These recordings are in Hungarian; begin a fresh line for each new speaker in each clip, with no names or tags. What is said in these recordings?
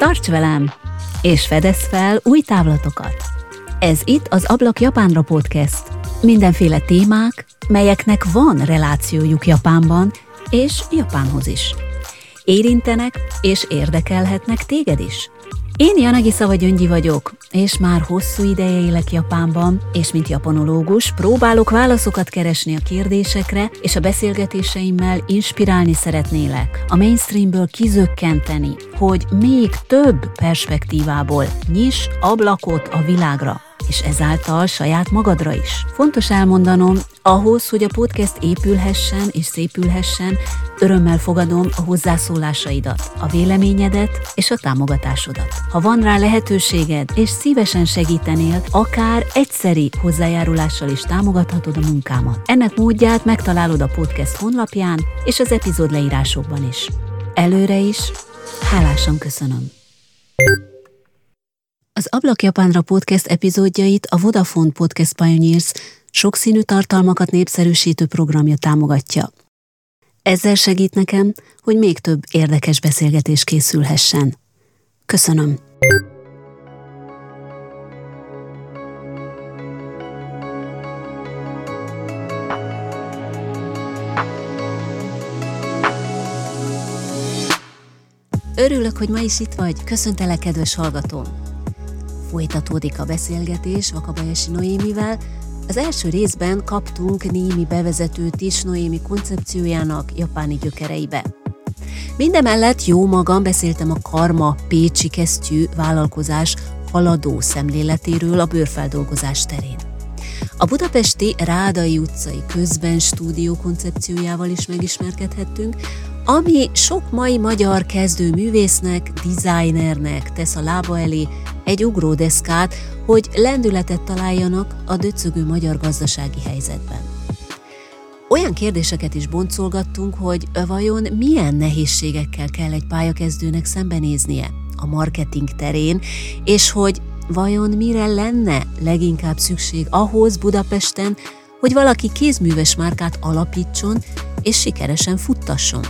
Tarts velem, és fedezz fel új távlatokat! Ez itt az Ablak Japánra podcast. Mindenféle témák, melyeknek van relációjuk Japánban, és Japánhoz is. Érintenek és érdekelhetnek téged is. Én Yanagisa Gyöngyi vagyok, és már hosszú ideje élek Japánban, és mint japanológus próbálok válaszokat keresni a kérdésekre, és a beszélgetéseimmel inspirálni szeretnélek, a mainstreamből kizökkenteni, hogy még több perspektívából nyiss ablakot a világra, és ezáltal saját magadra is. Fontos elmondanom, ahhoz, hogy a podcast épülhessen és szépülhessen, örömmel fogadom a hozzászólásaidat, a véleményedet és a támogatásodat. Ha van rá lehetőséged, és szívesen segítenél, akár egyszeri hozzájárulással is támogathatod a munkámat. Ennek módját megtalálod a podcast honlapján és az epizód leírásokban is. Előre is, hálásan köszönöm. Az Ablak Japánra podcast epizódjait a Vodafone Podcast Pioneers sokszínű tartalmakat népszerűsítő programja támogatja. Ezzel segít nekem, hogy még több érdekes beszélgetés készülhessen. Köszönöm! Örülök, hogy ma is itt vagy. Köszöntelek, kedves hallgatóm! Folytatódik a beszélgetés Wakabayashi Noémivel. Az első részben kaptunk némi bevezetőt is Noémi koncepciójának japáni gyökereibe. Mindemellett jó magam beszéltem a Karma pécsi kesztyű vállalkozás haladó szemléletéről a bőrfeldolgozás terén. A budapesti Rádai utcai közben stúdió koncepciójával is megismerkedhettünk, ami sok mai magyar kezdőművésznek, designernek tesz a lába elé egy ugródeszkát, hogy lendületet találjanak a döcögő magyar gazdasági helyzetben. Olyan kérdéseket is boncolgattunk, hogy vajon milyen nehézségekkel kell egy pályakezdőnek szembenéznie a marketing terén, és hogy vajon mire lenne leginkább szükség ahhoz Budapesten, hogy valaki kézműves márkát alapítson és sikeresen futtasson.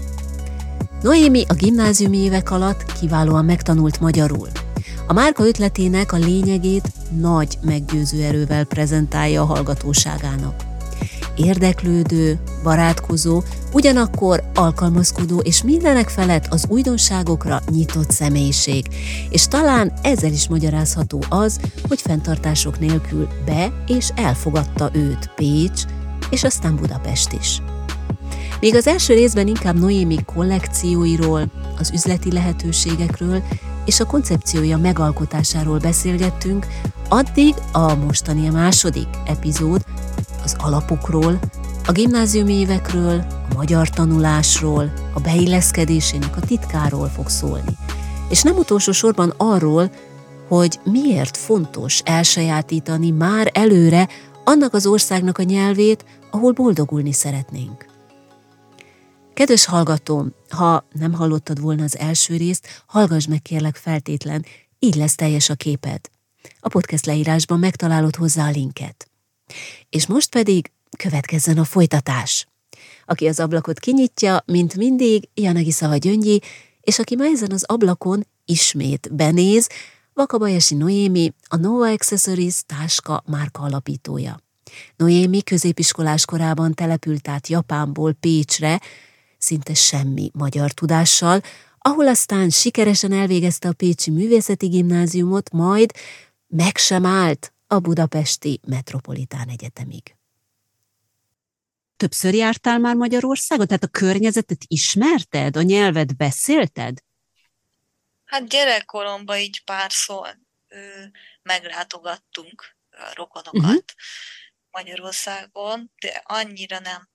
Noémi a gimnáziumi évek alatt kiválóan megtanult magyarul. A márka ötletének a lényegét nagy meggyőző erővel prezentálja a hallgatóságának. Érdeklődő, barátkozó, ugyanakkor alkalmazkodó és mindenek felett az újdonságokra nyitott személyiség, és talán ezzel is magyarázható az, hogy fenntartások nélkül be- és elfogadta őt Pécs, és aztán Budapest is. Míg az első részben inkább Noémi kollekcióiról, az üzleti lehetőségekről és a koncepciója megalkotásáról beszélgettünk, addig a mostani a második epizód az alapokról, a gimnáziumi évekről, a magyar tanulásról, a beilleszkedésének a titkáról fog szólni. És nem utolsó sorban arról, hogy miért fontos elsajátítani már előre annak az országnak a nyelvét, ahol boldogulni szeretnénk. Kedves hallgatóm, ha nem hallottad volna az első részt, hallgass meg kérlek feltétlen, így lesz teljes a képed. A podcast leírásban megtalálod hozzá a linket. És most pedig következzen a folytatás. Aki az ablakot kinyitja, mint mindig, Yanagisa Gyöngyi, és aki ma ezen az ablakon ismét benéz, Wakabayashi Noémi, a Nova Accessories táska márka alapítója. Noémi középiskolás korában települt át Japánból Pécsre, szinte semmi magyar tudással, ahol aztán sikeresen elvégezte a pécsi művészeti gimnáziumot, majd meg sem állt a budapesti Metropolitán Egyetemig. Többször jártál már Magyarországon? Tehát a környezetet ismerted? A nyelvet beszélted?
Hát gyerekkoromban így párszor meglátogattunk a rokonokat Magyarországon, de annyira nem.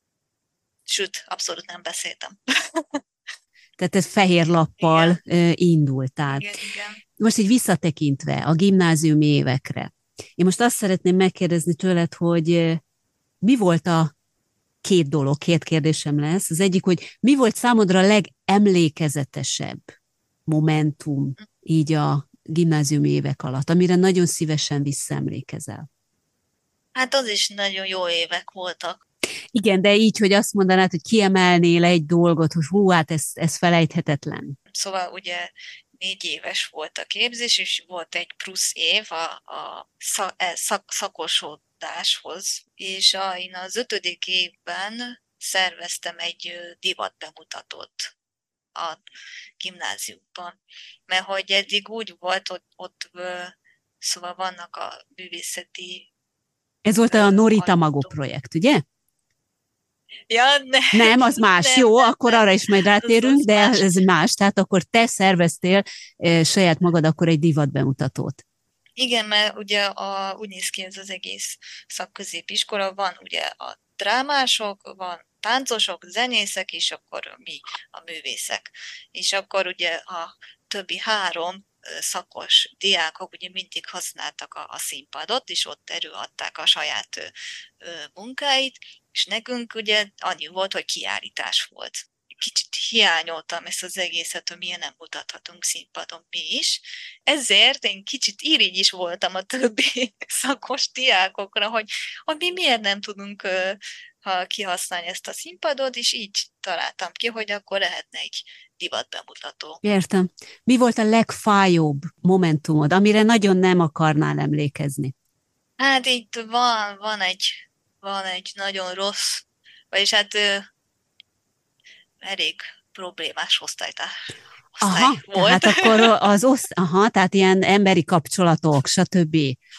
Sőt, abszolút nem beszéltem.
Tehát ez fehér lappal indultál.
Igen.
Most így visszatekintve a gimnáziumi évekre. Én most azt szeretném megkérdezni tőled, hogy mi volt a két kérdésem lesz. Az egyik, hogy mi volt számodra a legemlékezetesebb momentum így a gimnáziumi évek alatt, amire nagyon szívesen visszaemlékezel?
Hát az is nagyon jó évek voltak.
Igen, de így, hogy azt mondanád, hogy kiemelnél egy dolgot, hogy hú, hát ez felejthetetlen.
Szóval ugye 4 éves volt a képzés, és volt egy plusz év a szakosodáshoz, és én az 5. évben szerveztem egy divatbemutatót a gimnáziumban, mert hogy eddig úgy volt, ott szóval vannak a művészeti
Ez volt a Norita Magó
alkotók.
projekt, ugye?
Ja,
Nem, az más. Jó, akkor arra is majd rátérünk,
az
de
más.
ez más. Tehát akkor te szerveztél saját magad akkor egy divatbemutatót.
Igen, mert ugye úgy néz ki ez az egész szakközépiskola, van ugye a drámások, van táncosok, zenészek, és akkor mi a művészek. És akkor ugye a többi 3 szakos diákok ugye mindig használtak a színpadot, és ott előadták a saját munkáit, és nekünk ugye annyi volt, hogy kiállítás volt. Kicsit hiányoltam ezt az egészet, hogy milyen nem mutathatunk színpadon mi is. Ezért én kicsit irigy is voltam a többi szakos diákokra, hogy mi miért nem tudunk kihasználni ezt a színpadot, és így találtam ki, hogy akkor lehetne egy divatbemutató.
Értem. Mi volt a legfájóbb momentumod, amire nagyon nem akarnál emlékezni?
Hát itt van egy nagyon rossz, vagyis hát elég problémás osztály
Aha,
volt.
tehát akkor tehát ilyen emberi kapcsolatok, stb.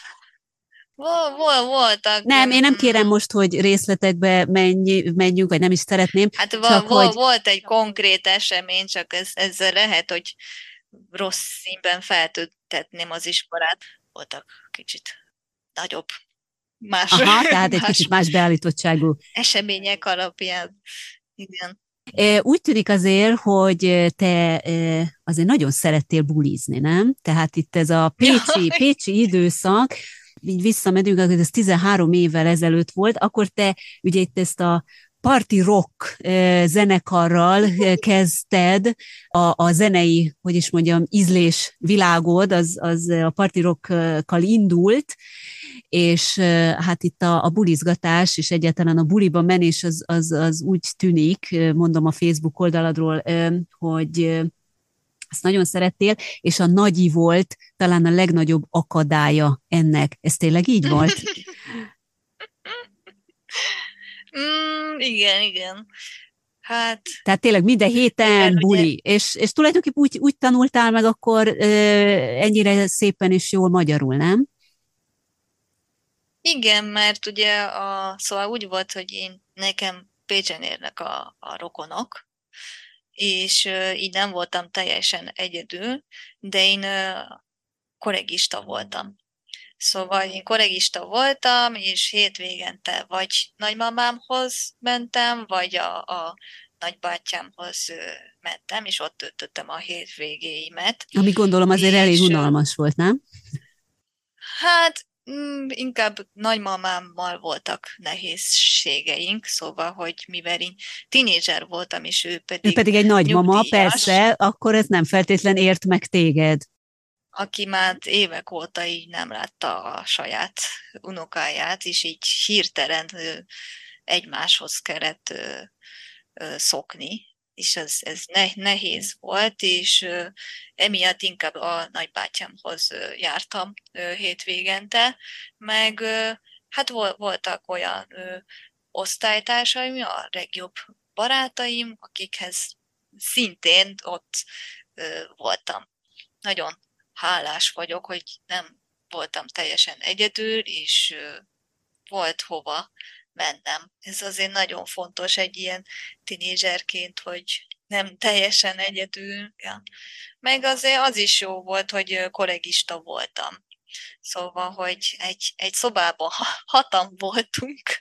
Voltak.
Nem, én nem kérem most, hogy részletekbe menjünk, vagy nem is szeretném.
Hát
csak hogy...
volt egy konkrét esemény, csak ezzel lehet, hogy rossz színben feltüntetném az iskolát. Voltak kicsit nagyobb,
tehát egy kicsit más beállítottságú
események alapján. Igen.
Úgy tűnik azért, hogy te azért nagyon szerettél bulizni, nem? Tehát itt ez a pécsi időszak, így visszamedünk, ez 13 évvel ezelőtt volt, akkor te ugye itt ezt a party rock zenekarral kezdted a zenei, hogy is mondjam, ízlés világod, az a party rockkal indult, és hát itt a bulizgatás, és egyáltalán a buliba menés az úgy tűnik, mondom a Facebook oldaladról, hogy ezt nagyon szerettél, és a nagyi volt talán a legnagyobb akadálya ennek. Ez tényleg így volt?
Igen. Hát,
tehát tényleg minden héten buli, ugye... és tulajdonképpen úgy tanultál meg akkor ennyire szépen és jól magyarul, nem?
Igen, mert ugye szóval úgy volt, hogy nekem Pécsen érnek a rokonok, és így nem voltam teljesen egyedül, de én kollegista voltam. Szóval én kollegista voltam, és hétvégente vagy nagymamámhoz mentem, vagy a nagybátyámhoz mentem, és ott töltöttem a hétvégéimet.
Ami gondolom azért elég unalmas volt, nem?
Hát inkább nagymamámmal voltak nehézségeink, szóval, hogy mivel én tinédzser voltam, és ő pedig
egy nagymama,
nyugdíjas,
persze, akkor ez nem feltétlen ért meg téged.
Aki már évek óta így nem látta a saját unokáját, és így hirtelen egymáshoz kellett szokni, és ez nehéz volt, és emiatt inkább a nagybátyámhoz jártam hétvégente, meg hát voltak olyan osztálytársaim, a legjobb barátaim, akikhez szintén ott voltam. Nagyon hálás vagyok, hogy nem voltam teljesen egyedül, és volt hova mennem. Ez azért nagyon fontos egy ilyen tinédzserként, hogy nem teljesen egyedül. Ja. Meg azért az is jó volt, hogy kollegista voltam. Szóval, hogy egy szobában 6-an voltunk,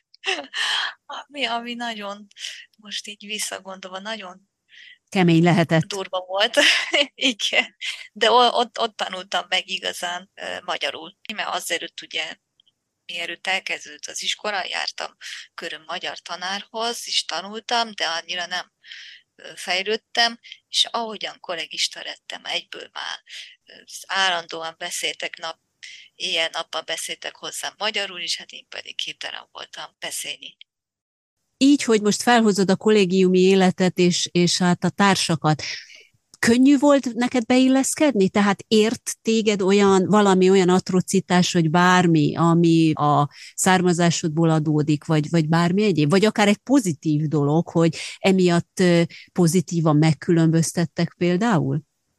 ami nagyon, most így visszagondolva, nagyon
kemény lehetett.
Durva volt, igen. De ott tanultam meg igazán magyarul. Mert azért ugye, mielőtt elkezdődött az iskola, jártam körül magyar tanárhoz, és tanultam, de annyira nem fejlődtem, és ahogyan kollégista lettem, egyből már állandóan beszéltek éjjel-nappal beszéltek hozzám magyarul, és hát én pedig képtelen voltam beszélni.
Így, hogy most felhozod a kollégiumi életet és hát a társakat, Könnyű volt neked beilleszkedni? Tehát ért téged valami olyan atrocitás, vagy bármi, ami a származásodból adódik, vagy bármi egyéb? Vagy akár egy pozitív dolog, hogy emiatt pozitívan megkülönböztettek például?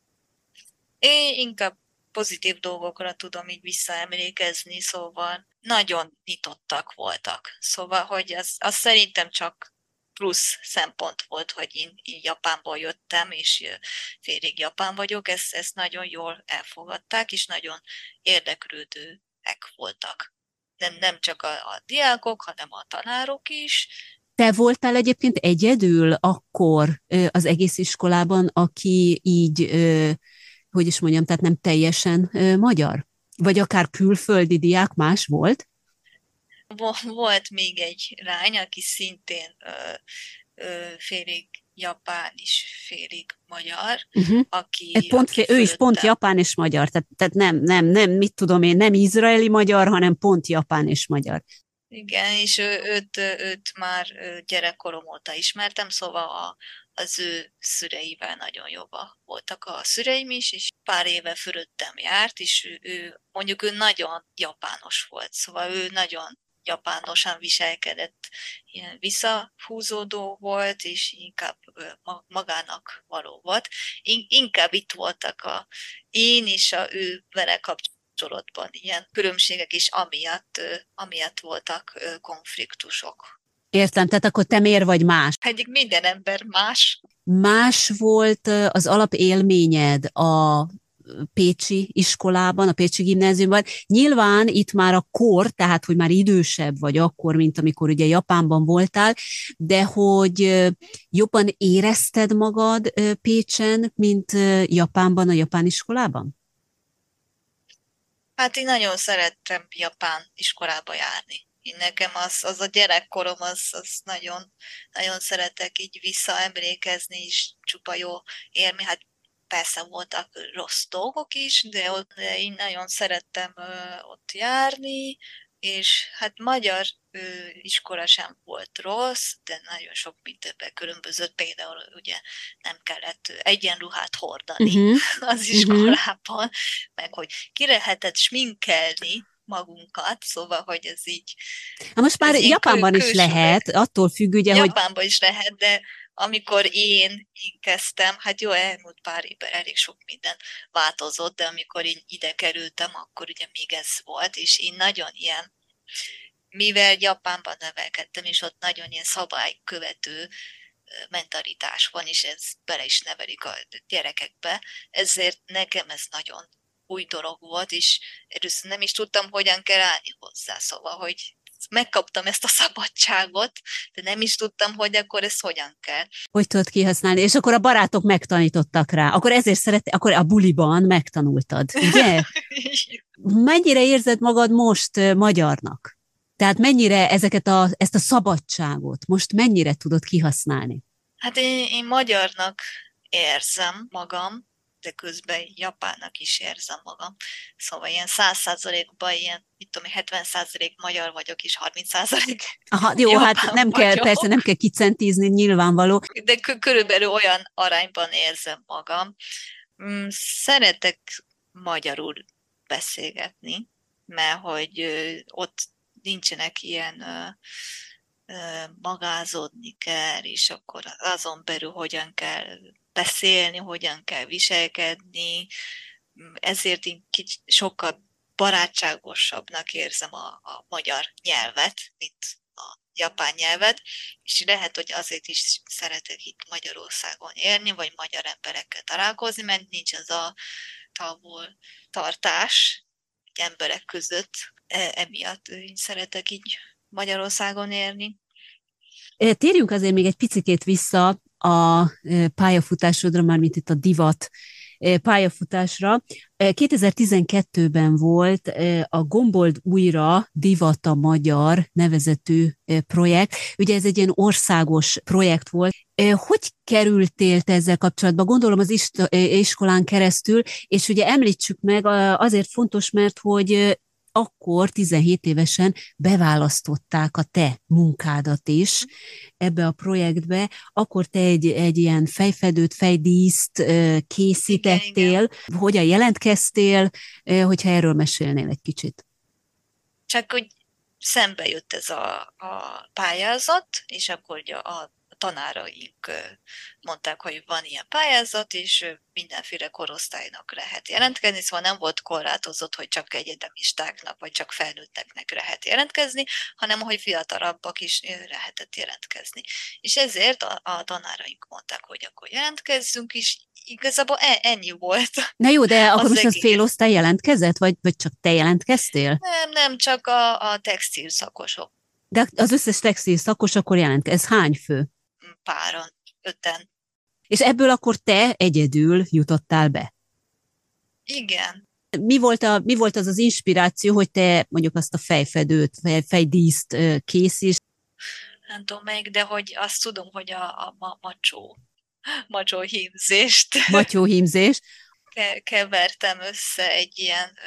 Én inkább pozitív dolgokra tudom így visszaemlékezni, szóval nagyon nyitottak voltak. Szóval, hogy az szerintem csak plusz szempont volt, hogy én Japánból jöttem, és félig japán vagyok, ezt nagyon jól elfogadták, és nagyon érdeklődőek voltak. Nem csak a diákok, hanem a tanárok is.
Te voltál egyébként egyedül akkor az egész iskolában, aki így, hogy is mondjam, tehát nem teljesen magyar? Vagy akár külföldi diák más volt?
Volt még egy lány, aki szintén félig japán és félig magyar, aki
Ő is pont japán és magyar, tehát nem, mit tudom én, nem izraeli magyar, hanem pont japán és magyar.
Igen, és őt már gyerekkorom óta ismertem, szóval az ő szüleivel nagyon jobban voltak a szüleim is, és pár éve fölöttem járt, és mondjuk ő nagyon japános volt, szóval ő nagyon japánosan viselkedett, ilyen visszahúzódó volt, és inkább magának való volt. Inkább itt voltak én és ő vele kapcsolatban ilyen különbségek is, amiatt voltak konfliktusok.
Értem, tehát akkor te miért vagy más?
Pedig minden ember más.
Más volt az alapélményed a pécsi iskolában, a pécsi gimnáziumban. Nyilván itt már a kor, tehát hogy már idősebb vagy akkor, mint amikor ugye Japánban voltál, de hogy jobban érezted magad Pécsen, mint Japánban, a japán iskolában?
Hát én nagyon szerettem japán iskolába járni. Nekem az a gyerekkorom, az nagyon, nagyon szeretek így visszaemlékezni, és csupa jó élmény. Hát persze voltak rossz dolgok is, de én nagyon szerettem ott járni, és hát magyar iskola sem volt rossz, de nagyon sok mindenben különbözött. Például ugye nem kellett egyenruhát hordani az iskolában, meg hogy ki lehetett sminkelni magunkat, szóval, hogy ez így...
Most már Japánban is lehet, attól függ ugye, hogy...
Japánban is lehet, de amikor én kezdtem, hát jó, elmúlt pár évben elég sok minden változott, de amikor én ide kerültem, akkor ugye még ez volt, és én nagyon ilyen, mivel Japánban nevelkedtem, és ott nagyon ilyen szabálykövető mentalitás van, és ez bele is nevelik a gyerekekbe, ezért nekem ez nagyon új dolog volt, és először nem is tudtam, hogyan kell állni hozzá, szóval, hogy megkaptam ezt a szabadságot, de nem is tudtam, hogy akkor ezt hogyan kell.
Hogy tudod kihasználni, és akkor a barátok megtanítottak rá, akkor ezért akkor a buliban megtanultad, ugye? Mennyire érzed magad most magyarnak? Tehát mennyire ezt a szabadságot most mennyire tudod kihasználni?
Hát én magyarnak érzem magam, de közben japánnak is érzem magam. Szóval ilyen 100%-ban ilyen, mit tudom, 70% magyar vagyok, és 30%
jó,
japán
hát nem
vagyok.
kell, persze nem kell kicentizni, nyilvánvaló.
De körülbelül olyan arányban érzem magam. Szeretek magyarul beszélgetni, mert hogy ott nincsenek ilyen magázódni kell, és akkor azon belül hogyan kell beszélni, hogyan kell viselkedni, ezért én sokkal barátságosabbnak érzem a magyar nyelvet, mint a japán nyelvet, és lehet, hogy azért is szeretek itt Magyarországon élni, vagy magyar emberekkel találkozni, mert nincs az a távol tartás emberek között, emiatt én szeretek így Magyarországon élni.
Térjünk azért még egy picikét vissza a pályafutásodra, mármint itt a divat pályafutásra. 2012-ben volt a Gombold újra Divat a Magyar nevezetű projekt. Ugye ez egy ilyen országos projekt volt. Hogy kerültél te ezzel kapcsolatba? Gondolom az iskolán keresztül, és ugye említsük meg, azért fontos, mert hogy akkor 17 évesen beválasztották a te munkádat is ebbe a projektbe, akkor te egy ilyen fejfedőt, fejdíszt készítettél. Igen. Hogyan jelentkeztél, hogyha erről mesélnél egy kicsit?
Csak hogy szembe jött ez a pályázat, és akkor a tanáraink mondták, hogy van ilyen pályázat, és mindenféle korosztálynak lehet jelentkezni, szóval nem volt korlátozott, hogy csak egyetemistáknak, vagy csak felnőtteknek lehet jelentkezni, hanem hogy fiatalabbak is lehetett jelentkezni. És ezért a tanáraink mondták, hogy akkor jelentkezzünk, és igazából ennyi volt.
Na jó, de akkor most az fél osztály jelentkezett, vagy csak te jelentkeztél?
Nem, csak a textil szakosok.
De az összes textil szakos akkor jelentkezik. Ez hány fő?
Páran, 5-en.
És ebből akkor te egyedül jutottál be?
Igen.
Mi volt az inspiráció, hogy te mondjuk azt a fejfedőt, fejdíszt készíts?
Nem tudom melyik, de hogy azt tudom, hogy a macsó hímzést.
Macsó hímzés.
Kevertem össze egy ilyen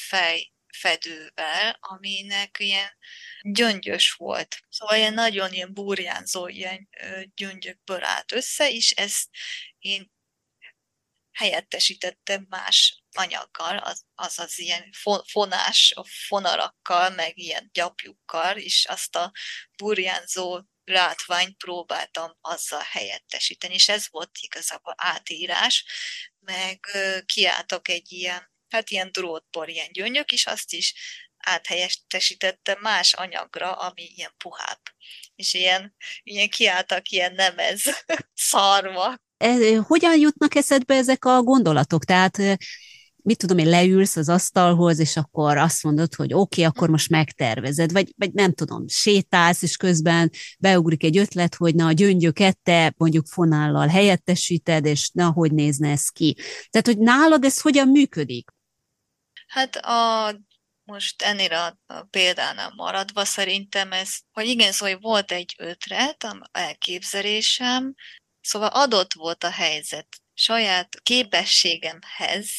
fejfedővel, aminek ilyen gyöngyös volt. Szóval ilyen nagyon ilyen burjánzó ilyen gyöngyökből állt össze, és ezt én helyettesítettem más anyaggal, azaz ilyen fonás fonalakkal, meg ilyen gyapjukkal, és azt a burjánzó látványt próbáltam azzal helyettesíteni, és ez volt igazából átírás, meg kiálltak egy ilyen drótból ilyen gyöngyök, és azt is áthelyettesítettem más anyagra, ami ilyen puhább. És ilyen kiálltak ilyen nemez szarvak.
Hogyan jutnak eszedbe ezek a gondolatok? Tehát mit tudom én, leülsz az asztalhoz, és akkor azt mondod, hogy oké, akkor most megtervezed, vagy nem tudom, sétálsz, és közben beugrik egy ötlet, hogy na a gyöngyöket te mondjuk fonállal helyettesíted, és na, hogy nézne ez ki. Tehát, hogy nálad ez hogyan működik?
Hát most ennél a példánál maradva szerintem ez, hogy igen, szóval volt egy ötlet, elképzelésem, szóval adott volt a helyzet, saját képességemhez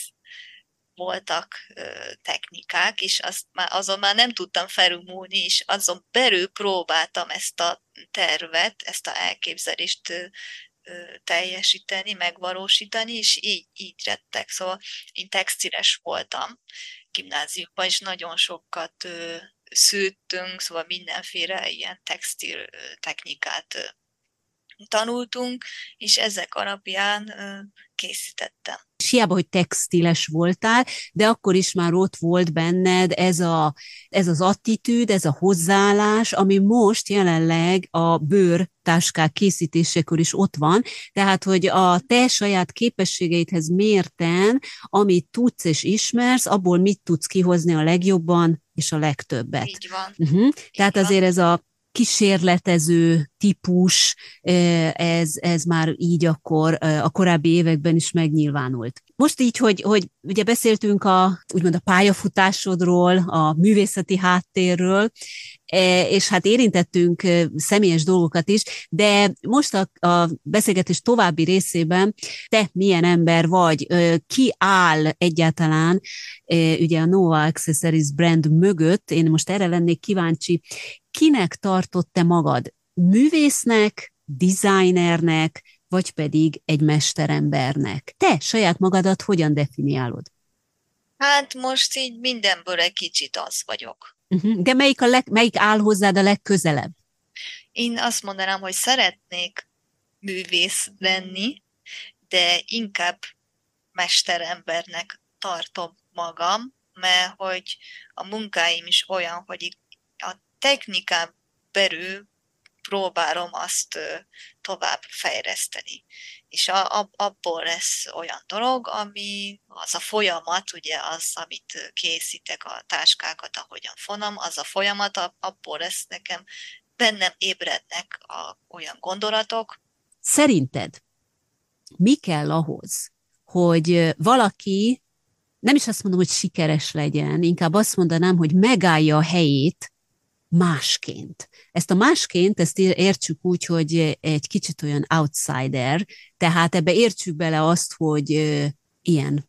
voltak technikák, és azon már nem tudtam felülmúlni, és azon belül próbáltam ezt a tervet, ezt a elképzelést teljesíteni, megvalósítani, és így lettek. Szóval én textiles voltam gimnáziumban, és nagyon sokat szőttünk, szóval mindenféle ilyen textil technikát tanultunk, és ezek alapján készítettem.
És hiába, hogy textiles voltál, de akkor is már ott volt benned ez az attitűd, ez a hozzáállás, ami most jelenleg a bőrtáskák készítésekor is ott van, tehát, hogy a te saját képességeidhez mérten, amit tudsz és ismersz, abból mit tudsz kihozni a legjobban és a legtöbbet.
Így van.
Tehát
így
azért
van.
ez a kísérletező típus, ez már így akkor a korábbi években is megnyilvánult. Most így, hogy ugye beszéltünk úgymond a pályafutásodról, a művészeti háttérről, és hát érintettünk személyes dolgokat is, de most a beszélgetés további részében te milyen ember vagy, ki áll egyáltalán ugye a Nova Accessories brand mögött, én most erre lennék kíváncsi, kinek tartott te magad? Művésznek, designernek, vagy pedig egy mesterembernek? Te saját magadat hogyan definiálod?
Hát most így mindenből egy kicsit az vagyok.
De melyik áll hozzád a legközelebb?
Én azt mondanám, hogy szeretnék művész lenni, de inkább mesterembernek tartom magam, mert hogy a munkáim is olyan, hogy a technikán belül próbálom azt tovább fejleszteni. És abból lesz olyan dolog, ami az a folyamat, ugye az, amit készítek, a táskákat, ahogyan fonom, az a folyamat, abból lesz nekem, bennem ébrednek olyan gondolatok.
Szerinted mi kell ahhoz, hogy valaki, nem is azt mondom, hogy sikeres legyen, inkább azt mondanám, hogy megállja a helyét másként. Ezt a másként, ezt értsük úgy, hogy egy kicsit olyan outsider, tehát ebbe értsük bele azt, hogy ilyen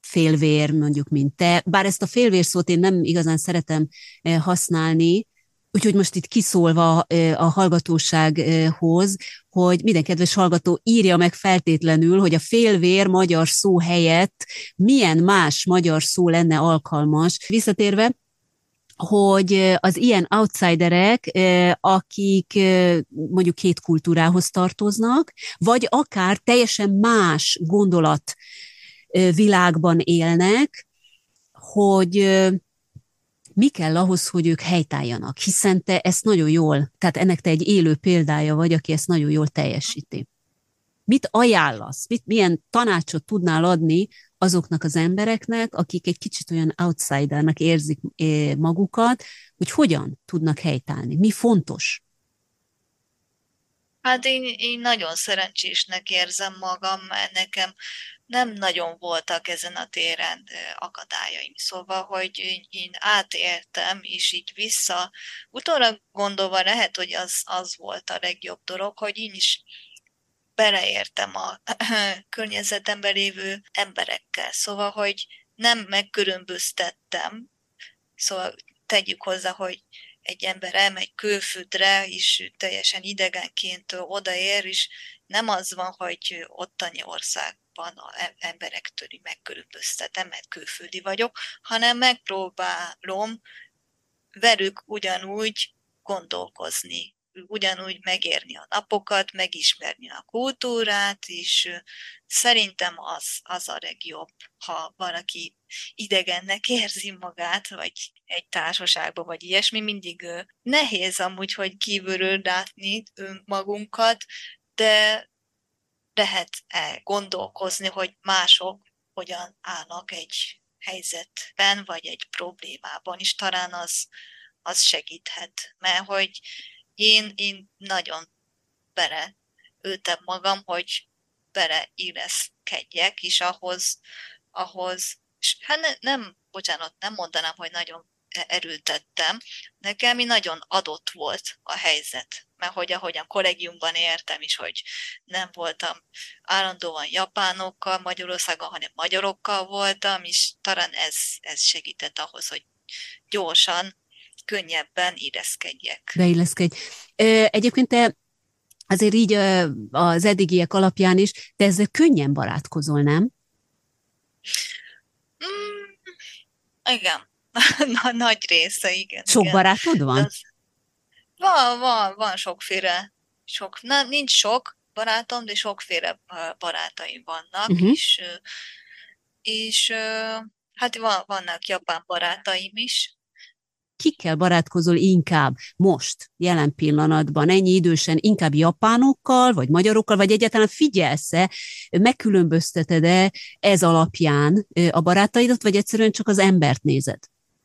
félvér, mondjuk, mint te. Bár ezt a félvér szót én nem igazán szeretem használni, úgyhogy most itt kiszólva a hallgatósághoz, hogy minden kedves hallgató írja meg feltétlenül, hogy a félvér magyar szó helyett milyen más magyar szó lenne alkalmas. Visszatérve, hogy az ilyen outsiderek, akik mondjuk két kultúrához tartoznak, vagy akár teljesen más gondolat világban élnek, hogy mi kell ahhoz, hogy ők helytálljanak, hiszen te ezt nagyon jól, tehát ennek te egy élő példája vagy, aki ezt nagyon jól teljesíti. Mit ajánlasz? Milyen tanácsot tudnál adni azoknak az embereknek, akik egy kicsit olyan outsidernek érzik magukat, hogy hogyan tudnak helytállni? Mi fontos?
Hát én nagyon szerencsésnek érzem magam, mert nekem nem nagyon voltak ezen a téren akadályaim. Szóval, hogy én átéltem, és így vissza, utólag gondolva lehet, hogy az volt a legjobb dolog, hogy én is beleértem a környezetemben lévő emberekkel. Szóval, hogy nem megkülönböztettem, szóval tegyük hozzá, hogy egy ember elmegy külföldre, és teljesen idegenként odaér, és nem az van, hogy ottani országban az emberektől megkülönböztetem, mert külföldi vagyok, hanem megpróbálom velük ugyanúgy gondolkozni, ugyanúgy megérni a napokat, megismerni a kultúrát, és szerintem az a legjobb, ha valaki idegennek érzi magát, vagy egy társaságban, vagy ilyesmi, mindig nehéz amúgy, hogy kívülről látni magunkat, de lehet gondolkozni, hogy mások hogyan állnak egy helyzetben, vagy egy problémában is, talán az segíthet, mert hogy én nagyon beleültem magam, hogy beleilleszkedjek, és ahhoz és hát bocsánat, nem mondanám, hogy nagyon erőltettem, nekem nagyon adott volt a helyzet, mert hogy ahogyan kollégiumban értem is, hogy nem voltam állandóan japánokkal Magyarországon, hanem magyarokkal voltam, és talán ez segített ahhoz, hogy gyorsan, könnyebben illeszkedjek.
Beilleszkedj. Egyébként te azért így az eddigiek alapján is, te ezzel könnyen barátkozol, nem?
Igen. Nagy része, igen.
Sok
igen.
barátod van?
Van sokféle, nincs sok barátom, de sokféle barátaim vannak, és hát vannak japán barátaim is.
Kikkel barátkozol inkább most, jelen pillanatban, ennyi idősen, inkább japánokkal, vagy magyarokkal, vagy egyáltalán figyelsz-e, megkülönbözteted-e ez alapján a barátaidat, vagy egyszerűen csak az embert nézed?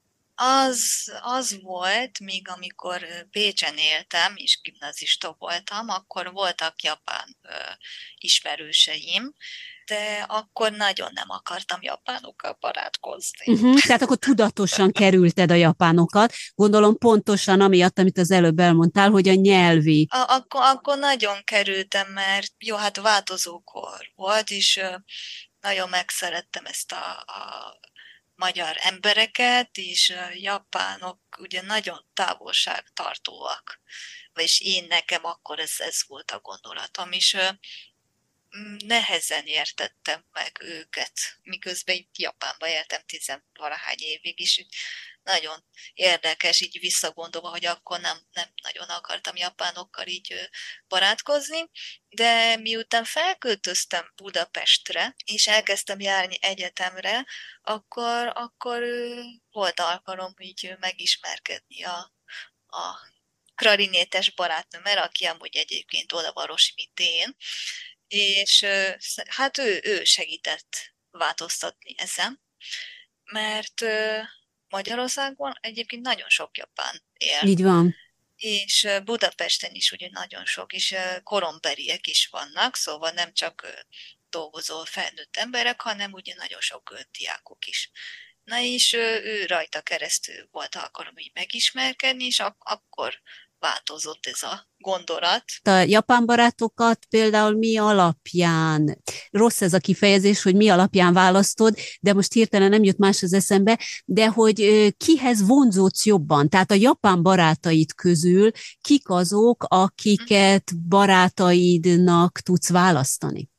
Az volt, még amikor Pécsen éltem, és gimnazista voltam, akkor voltak japán ismerőseim, de akkor nagyon nem akartam japánokkal barátkozni.
Tehát akkor tudatosan kerülted a japánokat, gondolom pontosan amiatt, amit az előbb elmondtál, hogy a nyelvi.
Akkor nagyon kerültem, mert jó, hát változókor volt, és nagyon megszerettem ezt a magyar embereket, és a japánok ugye nagyon távolságtartóak. És nekem akkor ez volt a gondolatom, és nehezen értettem meg őket, miközben itt Japánban éltem 10-valahány évig is. Nagyon érdekes így visszagondolva, hogy akkor nem nagyon akartam japánokkal így barátkozni, de miután felköltöztem Budapestre, és elkezdtem járni egyetemre, akkor volt alkalom így megismerkedni a klarinétes barátnőmmel, aki amúgy egyébként odavarosi, mint én, és hát ő segített változtatni ezen, mert Magyarországon egyébként nagyon sok japán él.
Így van.
És Budapesten is ugye nagyon sok, és koromberiek is vannak, szóval nem csak dolgozó felnőtt emberek, hanem ugye nagyon sok diákok is. Na és ő rajta keresztül volt alkalom így megismerkedni, és akkor változott ez a gondolat.
A japán barátokat például mi alapján, rossz ez a kifejezés, hogy mi alapján választod, de most hirtelen nem jut más az eszembe, de hogy kihez vonzódsz jobban? Tehát a japán barátaid közül kik azok, akiket barátaidnak tudsz választani?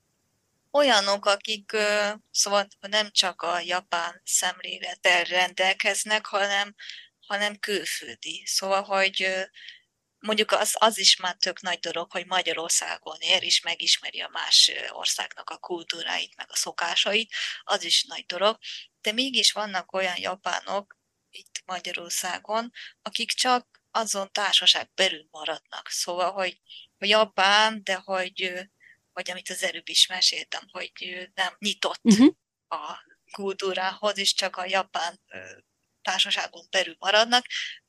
Olyanok, akik szóval nem csak a japán szemlélettel rendelkeznek, hanem külföldi. Szóval, hogy mondjuk az is már tök nagy dolog, hogy Magyarországon él, és megismeri a más országnak a kultúráit, meg a szokásait, az is nagy dolog, de mégis vannak olyan japánok itt Magyarországon, akik csak azon társaság belül maradnak. Szóval, hogy Japán, de hogy amit az előbb is meséltem, hogy nem nyitott a kultúrához, és csak a japán társaságon belül maradnak,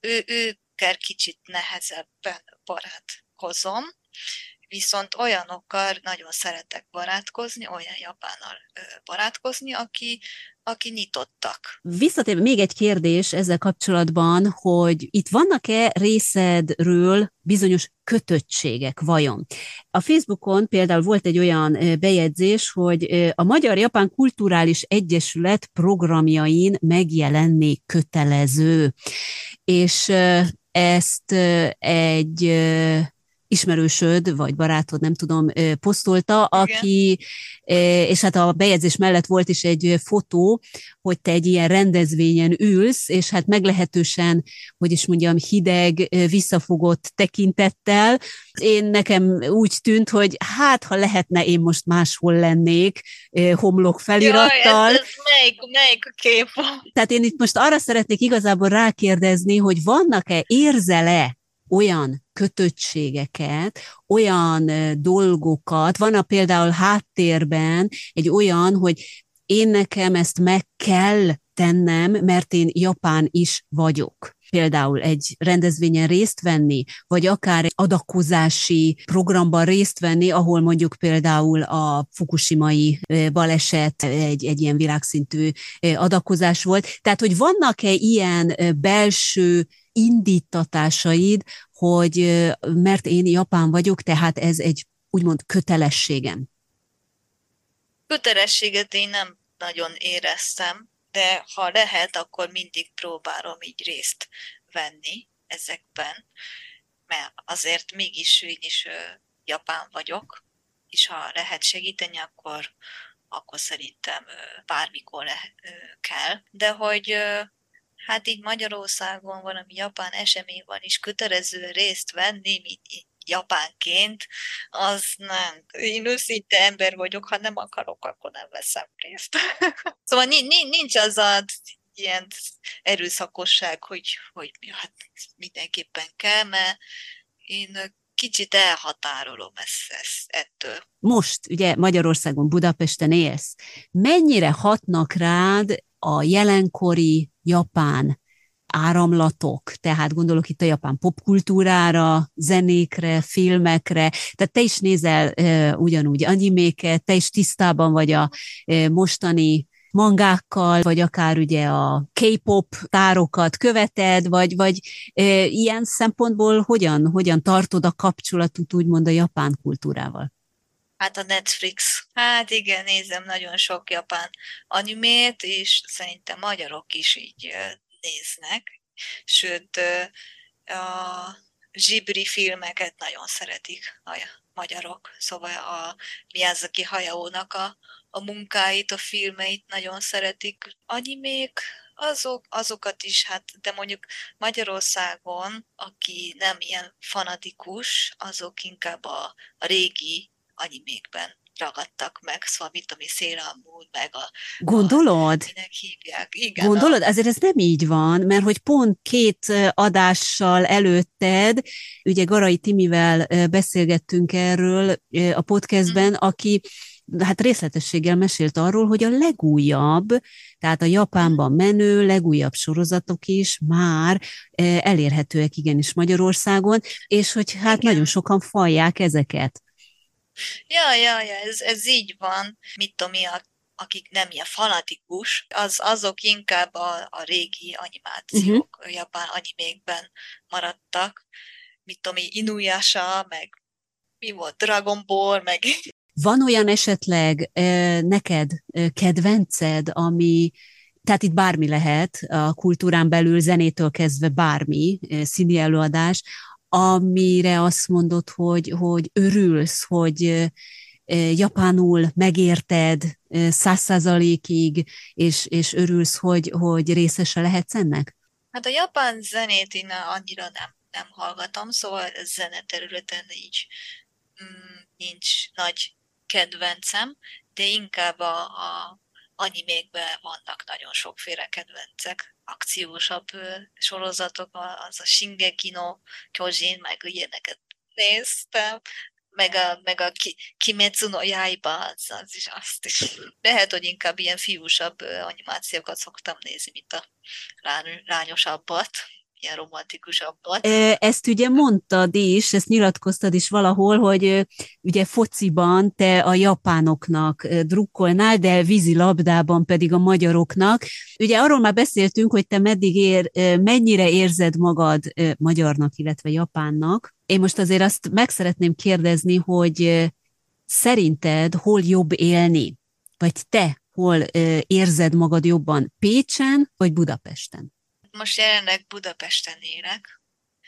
őkkel kicsit nehezebben barátkozom, viszont olyanokkal nagyon szeretek barátkozni, olyan japánnal barátkozni, aki nyitottak.
Visszatérve még egy kérdés ezzel kapcsolatban, hogy itt vannak-e részedről bizonyos kötöttségek vajon? A Facebookon például volt egy olyan bejegyzés, hogy a Magyar-Japán Kulturális Egyesület programjain megjelenni kötelező, és ezt egy ismerősöd, vagy barátod, nem tudom, posztolta, aki, és hát a bejegyzés mellett volt is egy fotó, hogy te egy ilyen rendezvényen ülsz, és hát meglehetősen, hogy is mondjam, hideg, visszafogott tekintettel. Nekem úgy tűnt, hogy hát, ha lehetne, én most máshol lennék, homlok felirattal.
Jaj, ez melyik a kép?
Tehát én itt most arra szeretnék igazából rákérdezni, hogy vannak-e, érzel-e olyan kötöttségeket, olyan dolgokat, van például háttérben egy olyan, hogy én nekem ezt meg kell tennem, mert én japán is vagyok. Például egy rendezvényen részt venni, vagy akár egy adakozási programban részt venni, ahol mondjuk például a fukushimai baleset egy ilyen világszintű adakozás volt. Tehát, hogy vannak-e ilyen belső indítatásaid, hogy mert én japán vagyok, tehát ez egy úgymond kötelességem.
Kötelességet én nem nagyon éreztem, de ha lehet, akkor mindig próbálom így részt venni ezekben, mert azért mégis én is japán vagyok, és ha lehet segíteni, akkor szerintem bármikor kell. De hogy hát így Magyarországon valami japán esemény van, és kötelező részt venni, mint japánként, az nem. Én őszinte ember vagyok, ha nem akarok, akkor nem veszem részt. Szóval nincs az a ilyen erőszakosság, hogy hát mindenképpen kell, mert én kicsit elhatárolom ezt ettől.
Most ugye Magyarországon, Budapesten élsz. Mennyire hatnak rád a jelenkori japán áramlatok, tehát gondolok itt a japán popkultúrára, zenékre, filmekre, tehát te is nézel ugyanúgy animéket, te is tisztában vagy a mostani mangákkal, vagy akár ugye a K-pop tárokat követed, vagy ilyen szempontból hogyan tartod a kapcsolatot úgymond a japán kultúrával?
Hát a Netflix. Hát igen, nézem nagyon sok japán animét, és szerintem magyarok is így néznek. Sőt, a Ghibli filmeket nagyon szeretik a magyarok. Szóval a Miyazaki Hayao-nak a munkáit, a filmeit nagyon szeretik. Animék, azokat is, hát, de mondjuk Magyarországon, aki nem ilyen fanatikus, azok inkább a régi animékben ragadtak meg, szóval mit ami Sailor Moon, meg
Gondolod?
minek hívják. Igen,
Gondolod? Azért ez nem így van, mert hogy pont 2 adással előtted, ugye Garai Timivel beszélgettünk erről a podcastben, aki hát részletességgel mesélt arról, hogy a legújabb, tehát a Japánban menő legújabb sorozatok is már elérhetőek igenis Magyarországon, és hogy hát igen, nagyon sokan fallják ezeket.
Ja, ez így van. Mit tudom én, akik nem ilyen fanatikus, azok inkább a régi animációk, japán animékben maradtak. mit tudom, Inuyasha, meg mi volt, Dragon Ball, meg...
Van olyan esetleg neked kedvenced, ami, tehát itt bármi lehet, a kultúrán belül zenétől kezdve bármi, színi előadás, amire azt mondod, hogy örülsz, hogy japánul megérted 100%-ig, és örülsz, hogy részese lehetsz ennek?
Hát a japán zenét én annyira nem hallgatom, szóval zeneterületen így nincs nagy kedvencem, de inkább a animékben vannak nagyon sokféle kedvencek, akciósabb sorozatok, az a Shingeki no Kyojin, meg ilyeneket néztem, meg a Kimetsu no Yaiba, az is azt is. Lehet, hogy inkább ilyen fiúsabb animációkat szoktam nézni, mint a lányosabbat, ilyen romantikusabbat.
Ezt ugye mondtad is, ezt nyilatkoztad is valahol, hogy ugye fociban te a japánoknak drukkolnál, de vízilabdában pedig a magyaroknak. Ugye arról már beszéltünk, hogy te mennyire érzed magad magyarnak, illetve japánnak. Én most azért azt meg szeretném kérdezni, hogy szerinted hol jobb élni? Vagy te hol érzed magad jobban? Pécsen vagy Budapesten?
Most jelenleg Budapesten élek,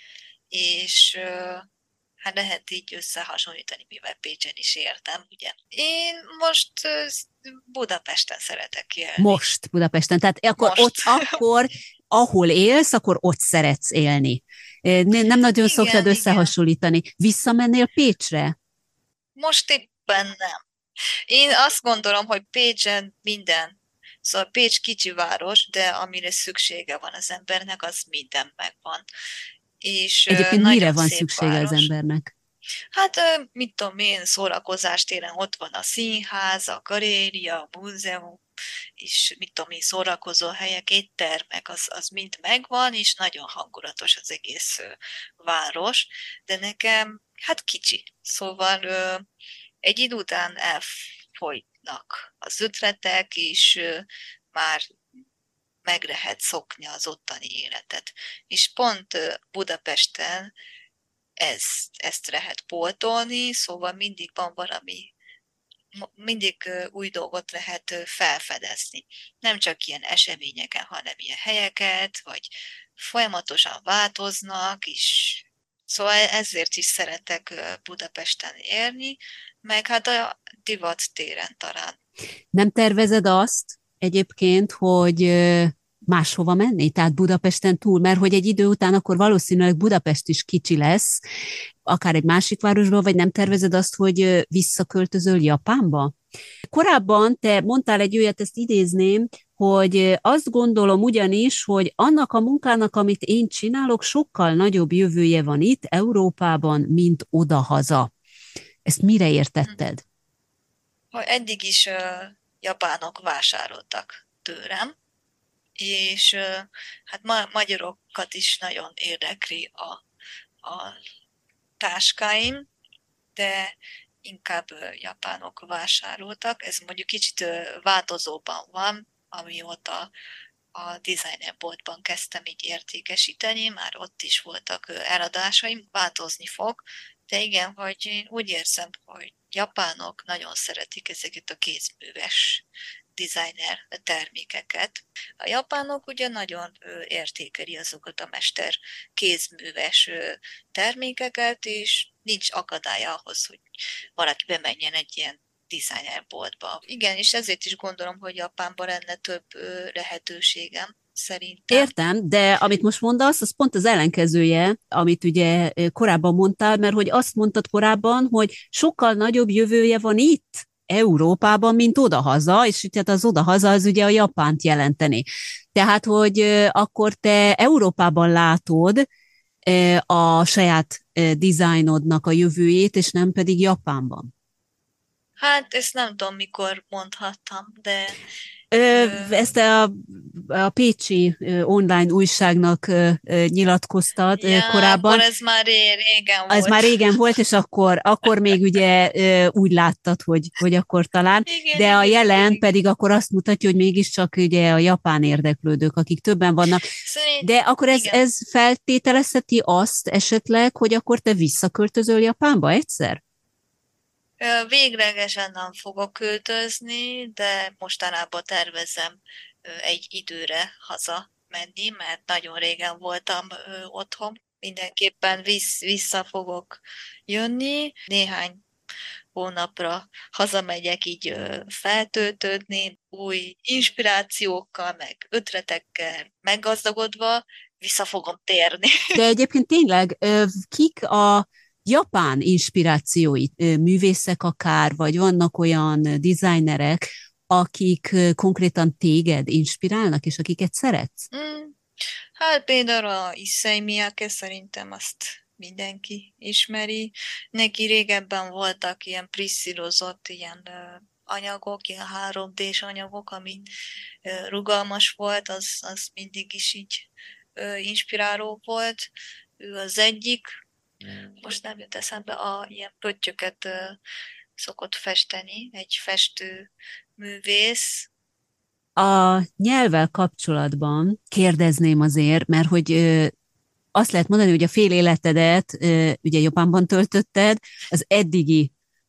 és hát lehet így összehasonlítani, mivel Pécsen is éltem, ugye. Én most Budapesten szeretek élni.
Most Budapesten, tehát akkor, ahol élsz, akkor ott szeretsz élni. Nem nagyon szoktad összehasonlítani. Visszamennél Pécsre?
Most éppen nem. Én azt gondolom, hogy Pécsen minden. Szóval Pécs kicsi város, de amire szüksége van az embernek, az minden megvan. És
egyébként mire van szüksége város. Az embernek?
Hát, mit tudom én, szórakozás téren ott van a színház, a galéria, a múzeum, és mit tudom én, szórakozó helyek, éttermek, az mind megvan, és nagyon hangulatos az egész város, de nekem, hát kicsi. Szóval egy idő után elfogynak az ötletek, és már meg lehet szokni az ottani életet. És pont Budapesten ezt lehet pótolni, szóval mindig van valami, mindig új dolgot lehet felfedezni. Nem csak ilyen eseményeken, hanem ilyen helyeket, vagy folyamatosan változnak, és szóval ezért is szeretek Budapesten élni, meg hát a divat téren talán.
Nem tervezed azt egyébként, hogy máshova menni, tehát Budapesten túl, mert hogy egy idő után akkor valószínűleg Budapest is kicsi lesz, akár egy másik városba, vagy nem tervezed azt, hogy visszaköltözöl Japánba? Korábban te mondtál egy olyat, ezt idézném, hogy azt gondolom ugyanis, hogy annak a munkának, amit én csinálok, sokkal nagyobb jövője van itt, Európában, mint odahaza. Ezt mire értetted?
Eddig is japánok vásároltak tőlem, és hát magyarokat is nagyon érdekli a táskáim, de inkább japánok vásároltak. Ez mondjuk kicsit változóban van, amióta a designerboltban kezdtem így értékesíteni, már ott is voltak eladásaim, változni fog, de igen, hogy én úgy érzem, hogy japánok nagyon szeretik ezeket a kézműves designer termékeket. A japánok ugye nagyon értékeli azokat a mester kézműves termékeket, és nincs akadálya ahhoz, hogy valaki bemenjen egy ilyen designerboltba. Igen, és ezért is gondolom, hogy Japánban lenne több lehetőségem. Szerintem.
Értem, de amit most mondasz, az pont az ellenkezője, amit ugye korábban mondtál, mert hogy azt mondtad korábban, hogy sokkal nagyobb jövője van itt, Európában, mint odahaza, és tehát az odahaza az ugye a Japánt jelenteni. Tehát, hogy akkor te Európában látod a saját dizájnodnak a jövőjét, és nem pedig Japánban.
Hát ezt nem tudom, mikor mondhattam, de
Ezt a pécsi online újságnak nyilatkoztat
Ja, akkor
korábban.
ez már régen
Az
volt.
már régen volt, és akkor még ugye úgy láttad, hogy akkor talán,
Igen,
de a
igen, igen,
jelen
igen.
pedig akkor azt mutatja, hogy mégiscsak ugye a japán érdeklődők, akik többen vannak. De akkor
Igen.
ez feltételezheti azt esetleg, hogy akkor te visszaköltözöl Japánba egyszer?
Véglegesen nem fogok költözni, de mostanában tervezem egy időre haza menni, mert nagyon régen voltam otthon. Mindenképpen vissza fogok jönni. Néhány hónapra hazamegyek így feltöltődni, új inspirációkkal, meg ötletekkel meggazdagodva, vissza fogom térni.
De egyébként tényleg, kik a japán inspirációit, művészek akár, vagy vannak olyan designerek, akik konkrétan téged inspirálnak, és akiket szeretsz?
Mm. Hát például a Issei Miyake, szerintem azt mindenki ismeri. Neki régebben voltak ilyen prisszírozott ilyen anyagok, ilyen 3D-s anyagok, ami rugalmas volt, az mindig is így inspiráló volt. Ő az egyik, most nem jut eszembe, ilyen pöttyöket szokott festeni, egy festő művész.
A nyelvvel kapcsolatban kérdezném azért, mert hogy azt lehet mondani, hogy a fél életedet ugye Japánban töltötted, az eddigi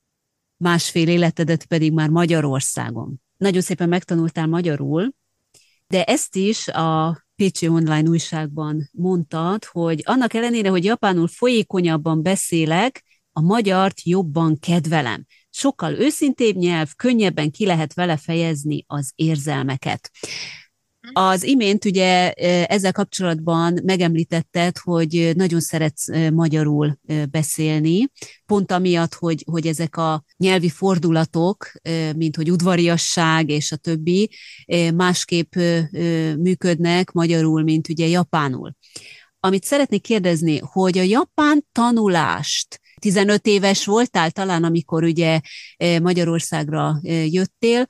másfél életedet pedig már Magyarországon. Nagyon szépen megtanultál magyarul, de ezt is a Pécsi Online újságban mondtad, hogy annak ellenére, hogy japánul folyékonyabban beszélek, a magyart jobban kedvelem. Sokkal őszintébb nyelv, könnyebben ki lehet vele fejezni az érzelmeket. Az imént ugye ezzel kapcsolatban megemlítetted, hogy nagyon szeretsz magyarul beszélni, pont amiatt, hogy ezek a nyelvi fordulatok, mint hogy udvariasság és a többi, másképp működnek magyarul, mint ugye japánul. Amit szeretnék kérdezni, hogy a japán tanulást 15 éves voltál talán, amikor ugye Magyarországra jöttél,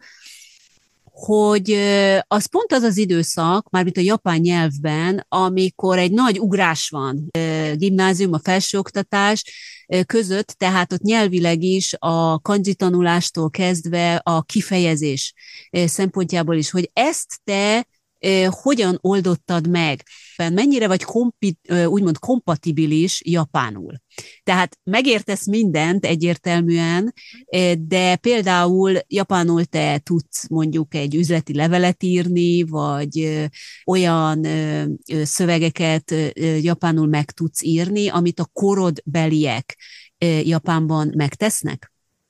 hogy az pont az az időszak, mármint a japán nyelvben, amikor egy nagy ugrás van gimnázium, a felsőoktatás között, tehát ott nyelvileg is a kanji tanulástól kezdve a kifejezés szempontjából is, hogy ezt te hogyan oldottad meg? Mennyire vagy úgymond kompatibilis japánul? Tehát megértesz mindent egyértelműen, de például japánul te tudsz mondjuk egy üzleti levelet írni, vagy olyan szövegeket japánul meg tudsz írni, amit a korodbeliek Japánban megtesznek?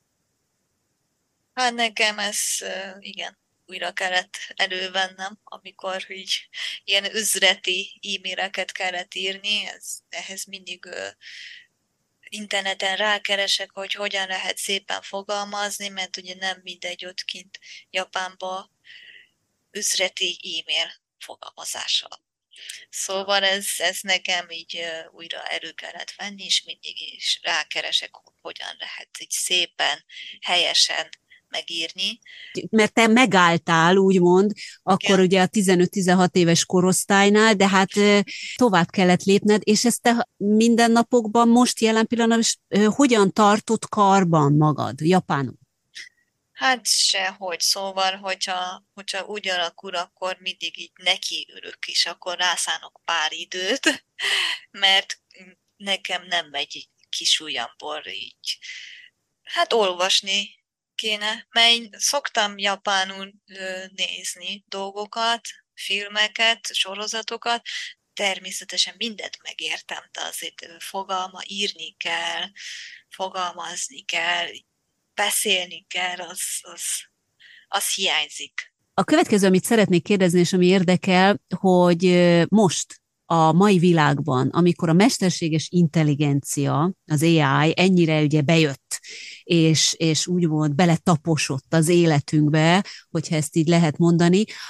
Hát nekem ez, igen, újra kellett elővennem, amikor így ilyen üzleti e-maileket kellett írni, ehhez mindig interneten rákeresek, hogy hogyan lehet szépen fogalmazni, mert ugye nem mindegy ott kint Japánba üzleti e-mail fogalmazással. Szóval ez nekem így újra elő kellett venni, és mindig is rákeresek, hogyan lehet így szépen, helyesen megírni.
Mert te megálltál, úgymond, akkor
Igen.
ugye a 15-16 éves korosztálynál, de hát tovább kellett lépned, és ezt te mindennapokban most jelen pillanatban hogyan tartott karban magad, japánul?
Hát sehogy, szóval, hogyha úgy alakul, akkor mindig így nekiülök, és akkor rászánok pár időt, mert nekem nem megy így kis ujjamból így. Hát olvasni kéne, mert én szoktam japánul nézni dolgokat, filmeket, sorozatokat, természetesen mindent megértem, de azért írni kell, fogalmazni kell, beszélni kell, az hiányzik.
A következő, amit szeretnék kérdezni, és ami érdekel, hogy most a mai világban, amikor a mesterséges intelligencia, az AI ennyire ugye bejött, és úgymond beletaposott az életünkbe, hogyha ezt így lehet mondani,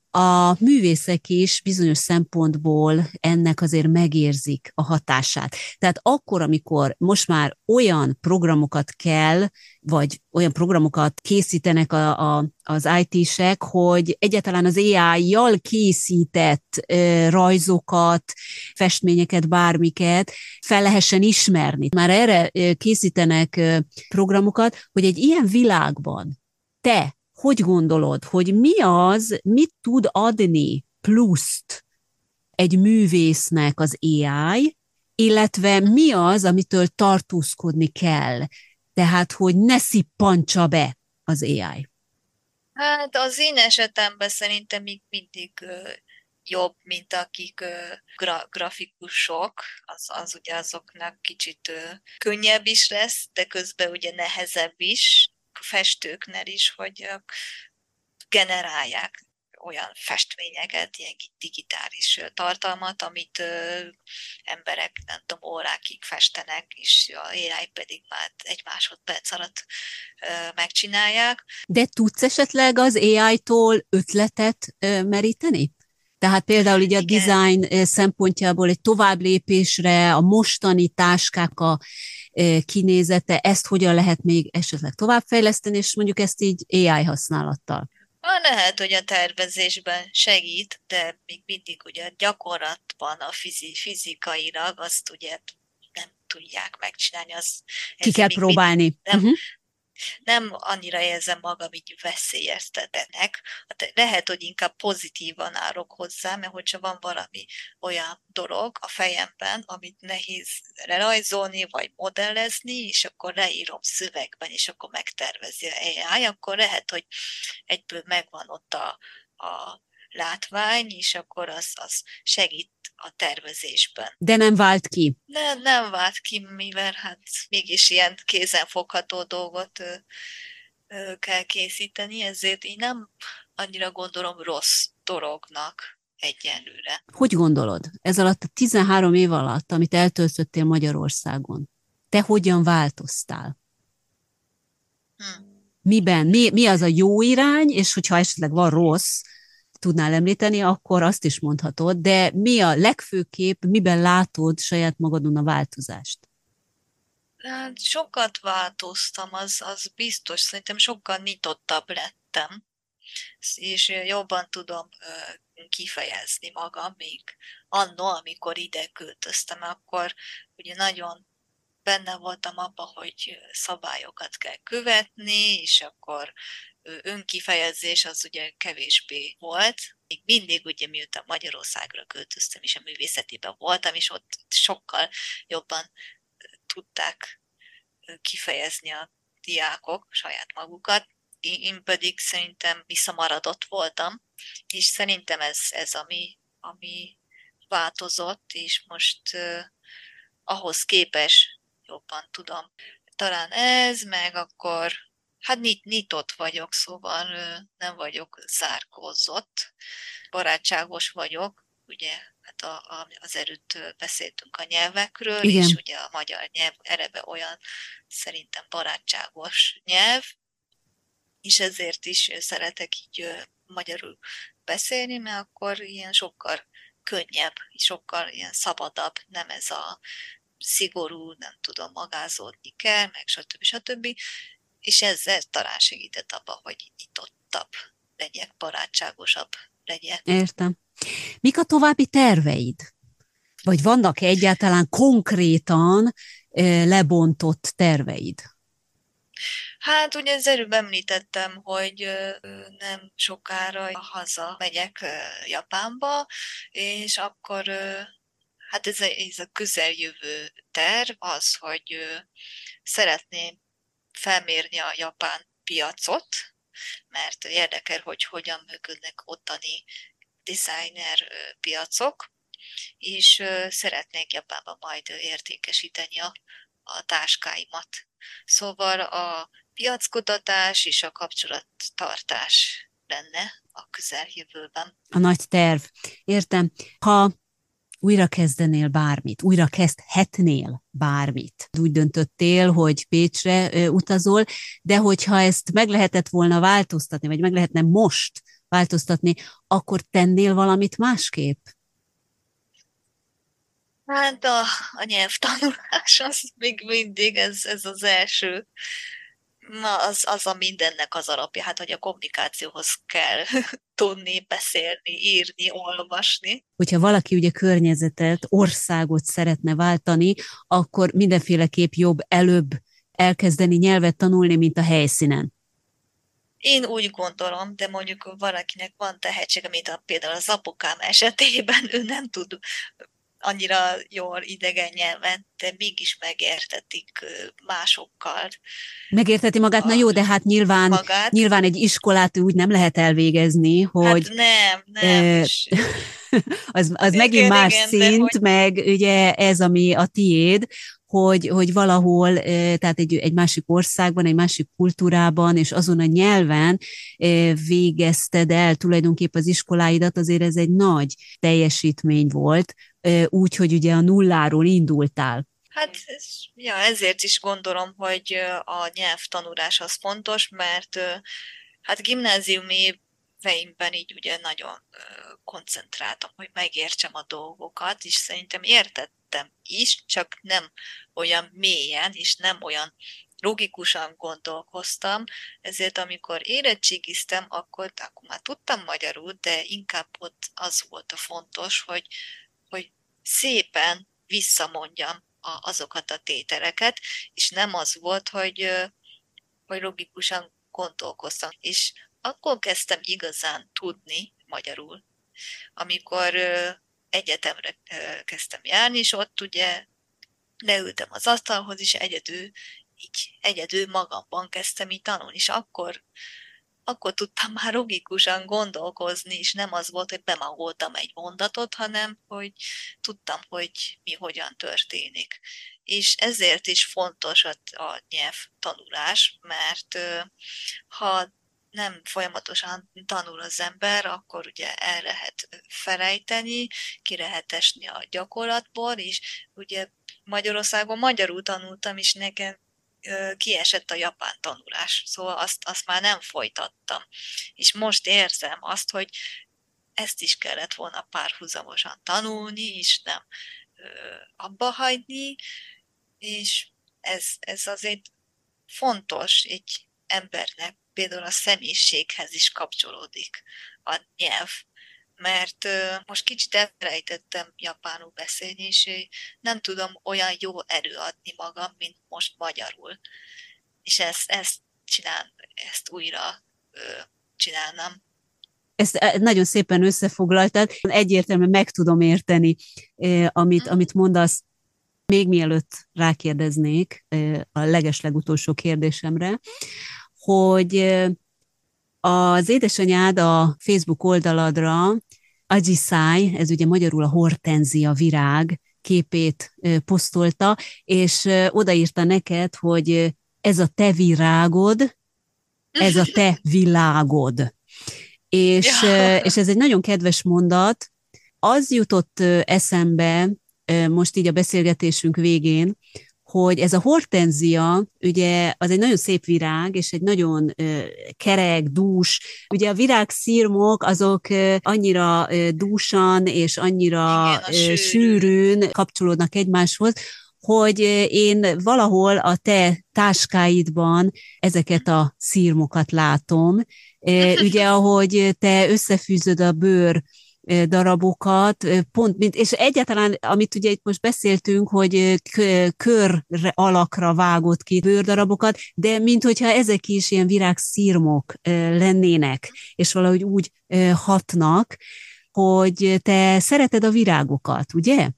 a művészek is bizonyos szempontból ennek azért megérzik a hatását. Tehát akkor, amikor most már olyan programokat kell, vagy olyan programokat készítenek az IT-sek, hogy egyáltalán az AI-jal készített rajzokat, festményeket, bármiket fel lehessen ismerni. Már erre készítenek programokat, hogy egy ilyen világban te hogy gondolod, hogy mi az, mit tud adni pluszt egy művésznek az AI, illetve mi az, amitől tartózkodni kell, tehát, hogy ne szippantsa be az AI?
Hát az én esetemben szerintem még mindig jobb, mint akik grafikusok, az ugye azoknak kicsit könnyebb is lesz, de közben ugye nehezebb is, festőknél is, hogy generálják olyan festményeket, ilyen digitális tartalmat, amit emberek, nem tudom, órákig festenek, és a AI pedig már egy másodperc alatt megcsinálják.
De tudsz esetleg az AI-tól ötletet meríteni? Tehát például így a design szempontjából egy tovább lépésre a mostani táskák a kinézete, ezt hogyan lehet még esetleg továbbfejleszteni, és mondjuk ezt így AI használattal?
Lehet, hogy a tervezésben segít, de még mindig ugye a gyakorlatban a fizikailag azt ugye nem tudják megcsinálni.
Ki kell próbálni.
Nem annyira érzem magam így veszélyeztetenek. Lehet, hogy inkább pozitívan állok hozzá, mert hogyha van valami olyan dolog a fejemben, amit nehéz rajzolni, vagy modellezni, és akkor leírom szövegben, és akkor megtervezi a AI, akkor lehet, hogy egyből megvan ott a látvány, és akkor az segít a tervezésben.
De nem vált ki?
Nem vált ki, mivel hát mégis ilyen kézenfogható dolgot kell készíteni, ezért én nem annyira gondolom rossz dolognak egyenlőre.
Hogy gondolod? Ez alatt a 13 év alatt, amit eltöltöttél Magyarországon, te hogyan változtál? Miben? Mi az a jó irány, és hogyha esetleg van rossz, tudnál említeni, akkor azt is mondhatod, de mi a legfőképp, miben látod saját magadon a változást?
Hát sokat változtam, az biztos, szerintem sokkal nyitottabb lettem, és jobban tudom kifejezni magam, még annó, amikor ide költöztem, akkor ugye nagyon benne voltam abban, hogy szabályokat kell követni, és akkor önkifejezés az ugye kevésbé volt. Még mindig ugye miután Magyarországra költöztem, és a művészetében voltam, és ott sokkal jobban tudták kifejezni a diákok saját magukat. Én pedig szerintem visszamaradott voltam, és szerintem ez ami változott, és most ahhoz képes jobban tudom. Talán ez, meg akkor hát nyitott vagyok, szóval nem vagyok zárkózott, barátságos vagyok, ugye hát az előtt beszéltünk a nyelvekről,
igen.
És ugye a magyar nyelv eleve olyan szerintem barátságos nyelv, és ezért is szeretek így magyarul beszélni, mert akkor ilyen sokkal könnyebb, sokkal ilyen szabadabb, nem ez a szigorú, nem tudom, magázódni kell, meg stb. És ezzel talán segített abban, hogy nyitottabb legyek, barátságosabb legyek.
Értem. Mik a további terveid? Vagy vannak egyáltalán konkrétan lebontott terveid?
Hát ugye az előbb említettem, hogy nem sokára haza megyek Japánba, és akkor hát ez a közeljövő terv az, hogy szeretném felmérni a japán piacot, mert érdekel, hogy hogyan működnek ottani designer piacok, és szeretnék Japánban majd értékesíteni a táskáimat. Szóval a piackutatás és a kapcsolattartás lenne a közeljövőben.
A nagy terv. Értem. Ha újra kezdenél bármit, újra kezdhetnél bármit. Úgy döntöttél, hogy Pécsre utazol, de hogyha ezt meg lehetett volna változtatni, vagy meg lehetne most változtatni, akkor tennél valamit másképp?
Hát a nyelvtanulás az még mindig, ez az első. Na, az a mindennek az alapja, hát hogy a kommunikációhoz kell tudni, beszélni, írni, olvasni.
Hogyha valaki ugye környezetet, országot szeretne váltani, akkor mindenféleképp jobb előbb elkezdeni nyelvet tanulni, mint a helyszínen.
Én úgy gondolom, de mondjuk valakinek van tehetsége, mint például az apukám esetében, ő nem tud annyira jól idegen nyelven, de mégis megértetik másokkal
Megérteti magát, na jó, de hát nyilván,
magát.
nyilván egy iskolát úgy nem lehet elvégezni,
Hát
hogy
nem, és
az megint
igen,
más
igen, de hogy
szint, meg ugye ez, ami a tiéd, hogy valahol, tehát egy másik országban, egy másik kultúrában, és azon a nyelven végezted el tulajdonképpen az iskoláidat, azért ez egy nagy teljesítmény volt, úgy, hogy ugye a nulláról indultál.
hát ja, ezért is gondolom, hogy a nyelvtanulás az fontos, mert hát gimnáziumi éveimben így ugye nagyon koncentráltam, hogy megértsem a dolgokat, és szerintem értettem is, csak nem olyan mélyen, és nem olyan logikusan gondolkoztam, ezért amikor érettségiztem, akkor már tudtam magyarul, de inkább ott az volt a fontos, hogy szépen visszamondjam azokat a tételeket, és nem az volt, hogy logikusan gondolkoztam. És akkor kezdtem igazán tudni magyarul, amikor egyetemre kezdtem járni, és ott ugye leültem az asztalhoz, és egyedül magamban kezdtem így tanulni, és akkor tudtam már logikusan gondolkozni, és nem az volt, hogy bemagoltam egy mondatot, hanem hogy tudtam, hogy mi hogyan történik. És ezért is fontos a nyelvtanulás, mert ha nem folyamatosan tanul az ember, akkor ugye el lehet felejteni, ki lehet esni a gyakorlatból, és ugye Magyarországon magyarul tanultam, és nekem kiesett a japán tanulás, szóval azt már nem folytattam. És most érzem azt, hogy ezt is kellett volna párhuzamosan tanulni, és nem abba hagyni, és ez azért fontos egy embernek, például a személyiséghez is kapcsolódik a nyelv, mert most kicsit elfelejtettem japánul beszélni, és nem tudom olyan jó előadni magam, mint most magyarul. És ezt újra csinálnám.
Ezt nagyon szépen összefoglaltad. Egyértelműen meg tudom érteni, amit mondasz, még mielőtt rákérdeznék a legeslegutolsó kérdésemre, hogy az édesanyád a Facebook oldaladra Ajisai, ez ugye magyarul a hortenzia virág képét posztolta, és odaírta neked, hogy ez a te virágod, ez a te világod. És, és ez egy nagyon kedves mondat. Az jutott eszembe most így a beszélgetésünk végén, hogy ez a hortenzia, ugye az egy nagyon szép virág, és egy nagyon kerek, dús. Ugye a virágszirmok azok annyira dúsan és annyira
Igen,
sűrűn kapcsolódnak egymáshoz, hogy én valahol a te táskáidban ezeket a szirmokat látom. Ugye, ahogy te összefűzöd a bőr darabokat, pont, mint, és egyáltalán, amit ugye itt most beszéltünk, hogy kör alakra vágott ki bőrdarabokat, de minthogyha ezek is ilyen virágszirmok lennének, és valahogy úgy hatnak, hogy te szereted a virágokat, ugye?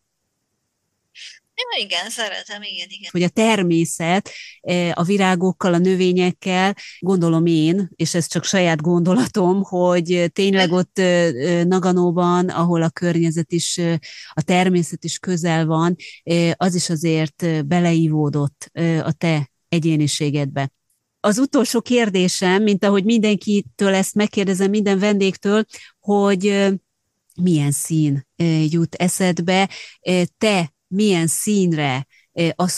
Ja, igen, szeretem, igen.
Hogy a természet a virágokkal, a növényekkel, gondolom én, és ez csak saját gondolatom, hogy tényleg ott Naganóban, ahol a környezet is, a természet is közel van, az is azért beleívódott a te egyéniségedbe. Az utolsó kérdésem, mint ahogy mindenkitől ezt megkérdezem, minden vendégtől, hogy milyen szín jut eszedbe, te milyen színre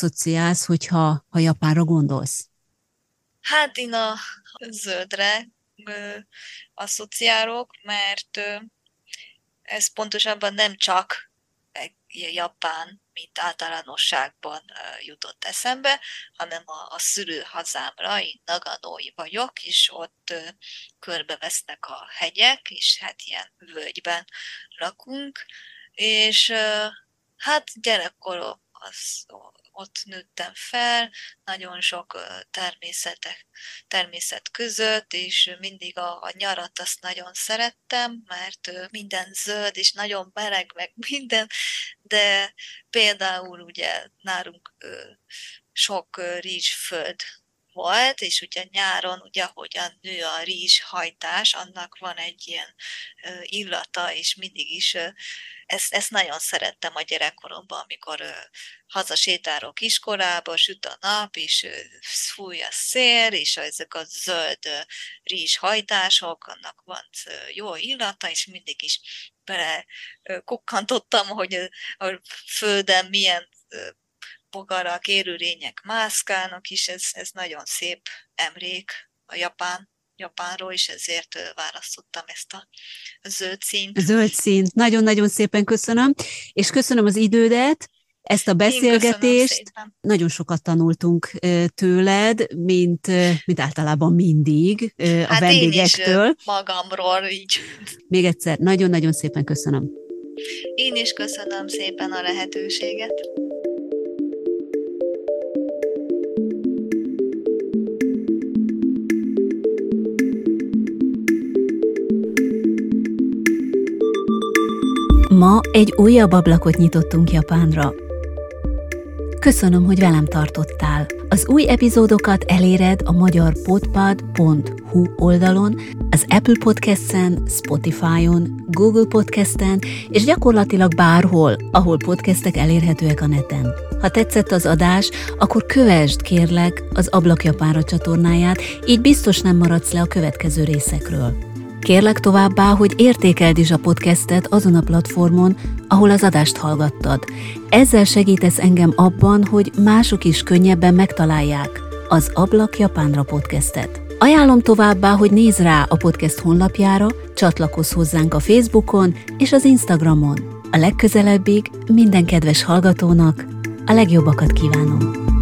asszociálsz, ha Japánra gondolsz?
Hát én a zöldre asszociálok, mert ez pontosabban nem csak Japán, mint általánosságban jutott eszembe, hanem a szülőhazámra, én naganói vagyok, és ott körbevesznek a hegyek, és hát ilyen völgyben lakunk, és hát gyerekkorom ott nőttem fel, nagyon sok természet között, és mindig a nyarat azt nagyon szerettem, mert minden zöld, és nagyon meleg, meg minden, de például ugye nálunk sok rizsföld volt, és ugye nyáron, ugye ahogyan nő a rizshajtás, annak van egy ilyen illata, és mindig is ezt nagyon szerettem a gyerekkoromban, amikor hazasétálok iskolába, süt a nap, és fúj a szél, és ezek a zöld rizshajtások, annak van jó illata, és mindig is bele kukkantottam, hogy a földön milyen bogarak, élőlények mászkálnak is, ez nagyon szép emlék a Japánról, és ezért választottam ezt a zöld színt.
Zöld színt. Nagyon-nagyon szépen köszönöm, és köszönöm az idődet, ezt a beszélgetést. Nagyon sokat tanultunk tőled, mint általában mindig a vendégektől.
Én is magamról így.
Még egyszer, nagyon-nagyon szépen köszönöm.
Én is köszönöm szépen a lehetőséget.
Ma egy újabb ablakot nyitottunk Japánra. Köszönöm, hogy velem tartottál. Az új epizódokat eléred a magyarpodpad.hu oldalon, az Apple Podcast-en, Spotify-on, Google Podcast-en, és gyakorlatilag bárhol, ahol podcastek elérhetőek a neten. Ha tetszett az adás, akkor kövesd, kérlek, az Ablak Japánra csatornáját, így biztos nem maradsz le a következő részekről. Kérlek továbbá, hogy értékeld is a podcastet azon a platformon, ahol az adást hallgattad. Ezzel segítesz engem abban, hogy mások is könnyebben megtalálják az Ablak Japánra podcastet. Ajánlom továbbá, hogy nézz rá a podcast honlapjára, csatlakozz hozzánk a Facebookon és az Instagramon. A legközelebbig minden kedves hallgatónak a legjobbakat kívánom.